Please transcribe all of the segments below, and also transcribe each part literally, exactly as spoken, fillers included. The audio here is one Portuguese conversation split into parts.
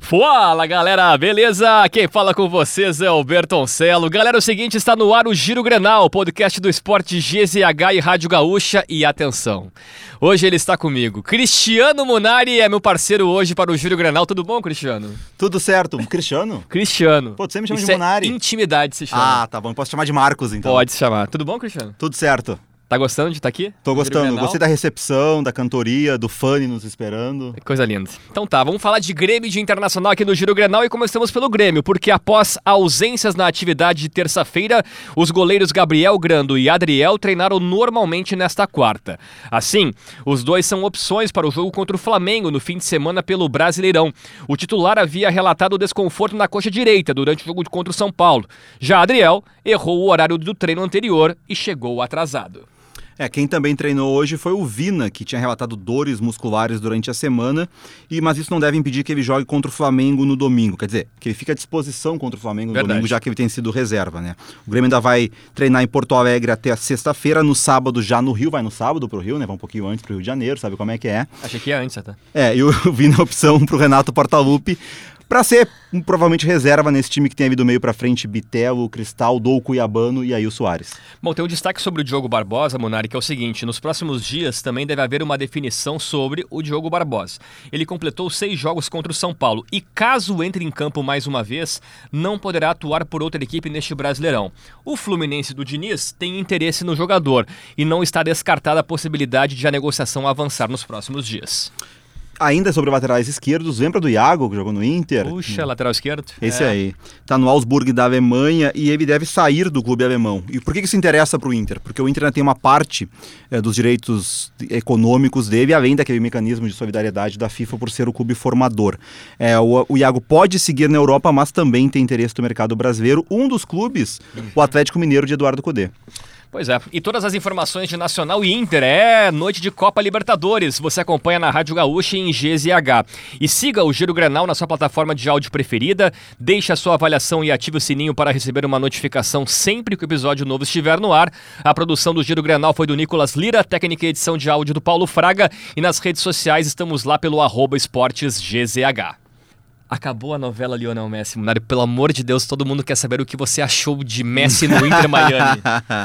Fala galera, beleza? Quem fala com vocês é o Bertoncelo. Galera, é o seguinte, está no ar o Giro Grenal, podcast do esporte G Z H e Rádio Gaúcha. E atenção, hoje ele está comigo. Cristiano Munari é meu parceiro hoje para o Giro Grenal. Tudo bom, Cristiano? Tudo certo. Cristiano? Cristiano. Pô, você me chama Isso de Munari. É intimidade se chama. Ah, tá bom. Posso chamar de Marcos, então. Pode se chamar. Tudo bom, Cristiano? Tudo certo. Tá gostando de estar aqui? Tô gostando. Gostei da recepção, da cantoria, do fã nos esperando. Coisa linda. Então tá, vamos falar de Grêmio e de Internacional aqui no Giro Grenal e começamos pelo Grêmio, porque após ausências na atividade de terça-feira, os goleiros Gabriel Grando e Adriel treinaram normalmente nesta quarta. Assim, os dois são opções para o jogo contra o Flamengo no fim de semana pelo Brasileirão. O titular havia relatado o desconforto na coxa direita durante o jogo contra o São Paulo. Já Adriel errou o horário do treino anterior e chegou atrasado. É, quem também treinou hoje foi o Vina, que tinha relatado dores musculares durante a semana, e, mas isso não deve impedir que ele jogue contra o Flamengo no domingo. Quer dizer, que ele fique à disposição contra o Flamengo no Verdade. domingo, já que ele tem sido reserva, né? O Grêmio ainda vai treinar em Porto Alegre até a sexta-feira, no sábado já no Rio, vai no sábado pro Rio, né? Vai um pouquinho antes pro Rio de Janeiro, sabe como é que é. Achei que ia antes até. É, e o Vina é a opção pro Renato Portaluppi, para ser um, provavelmente reserva nesse time que tem ali do meio para frente Bitelo, Cristal, Dou, Cuiabano e aí o Soares. Bom, tem um destaque sobre o Diogo Barbosa, Munari, que é o seguinte: nos próximos dias também deve haver uma definição sobre o Diogo Barbosa. Ele completou seis jogos contra o São Paulo e, caso entre em campo mais uma vez, não poderá atuar por outra equipe neste Brasileirão. O Fluminense do Diniz tem interesse no jogador e não está descartada a possibilidade de a negociação avançar nos próximos dias. Ainda sobre laterais esquerdos, lembra do Iago, que jogou no Inter? Puxa, lateral esquerdo. Esse é. aí. Tá no Augsburg da Alemanha e ele deve sair do clube alemão. E por que isso interessa pro Inter? Porque o Inter ainda tem uma parte é, dos direitos econômicos dele, além daquele mecanismo de solidariedade da FIFA por ser o clube formador. É, o, o Iago pode seguir na Europa, mas também tem interesse do mercado brasileiro. Um dos clubes, uhum. o Atlético Mineiro de Eduardo Cudê. Pois é, e todas as informações de Nacional e Inter, é noite de Copa Libertadores, você acompanha na Rádio Gaúcha e em G Z H. E siga o Giro Grenal na sua plataforma de áudio preferida, deixe a sua avaliação e ative o sininho para receber uma notificação sempre que o episódio novo estiver no ar. A produção do Giro Grenal foi do Nicolas Lira, técnica e edição de áudio do Paulo Fraga, e nas redes sociais estamos lá pelo arroba esportes G Z H. Acabou a novela Lionel Messi, Munari. Pelo amor de Deus, todo mundo quer saber o que você achou de Messi no Inter Miami.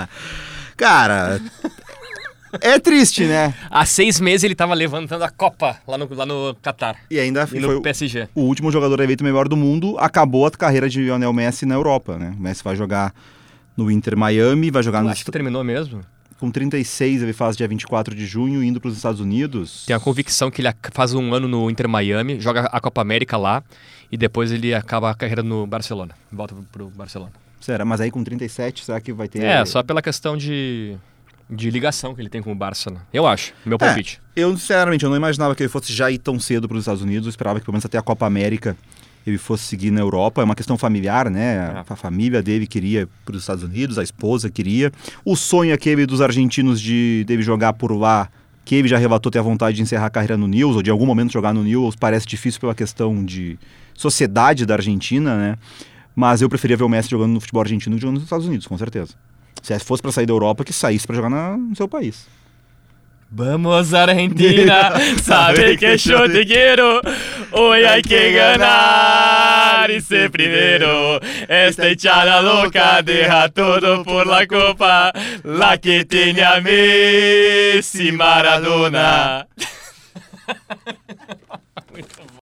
Cara, é triste, né? Há seis meses ele estava levantando a Copa lá no, lá no Catar. E ainda e foi no P S G. O último jogador eleito melhor do mundo. Acabou a carreira de Lionel Messi na Europa, né? O Messi vai jogar no Inter Miami, vai jogar Eu no... acho que terminou mesmo. Com trinta e seis, ele faz dia vinte e quatro de junho, indo para os Estados Unidos. Tem a convicção que ele faz um ano no Inter Miami, joga a Copa América lá e depois ele acaba a carreira no Barcelona. Volta pro Barcelona. Será? Mas aí com trinta e sete, será que vai ter... É, só pela questão de, de ligação que ele tem com o Barça. Eu acho, meu palpite. É, eu, sinceramente, eu não imaginava que ele fosse já ir tão cedo para os Estados Unidos. Eu esperava que pelo menos até a Copa América ele fosse seguir na Europa. É uma questão familiar, né? É. A família dele queria para os Estados Unidos, a esposa queria. O sonho aquele dos argentinos de dele jogar por lá, que ele já relatou ter a vontade de encerrar a carreira no Newell's, ou de algum momento jogar no Newell's, parece difícil pela questão de sociedade da Argentina, né? Mas eu preferia ver o Messi jogando no futebol argentino que jogando nos Estados Unidos, com certeza. Se fosse para sair da Europa, que saísse para jogar na, no seu país. Vamos Argentina, sabe que yo te quiero, hoy hay que ganar y ser primero, esta hinchada loca deja todo por la copa, la que tiene a Messi Maradona. Muito bom.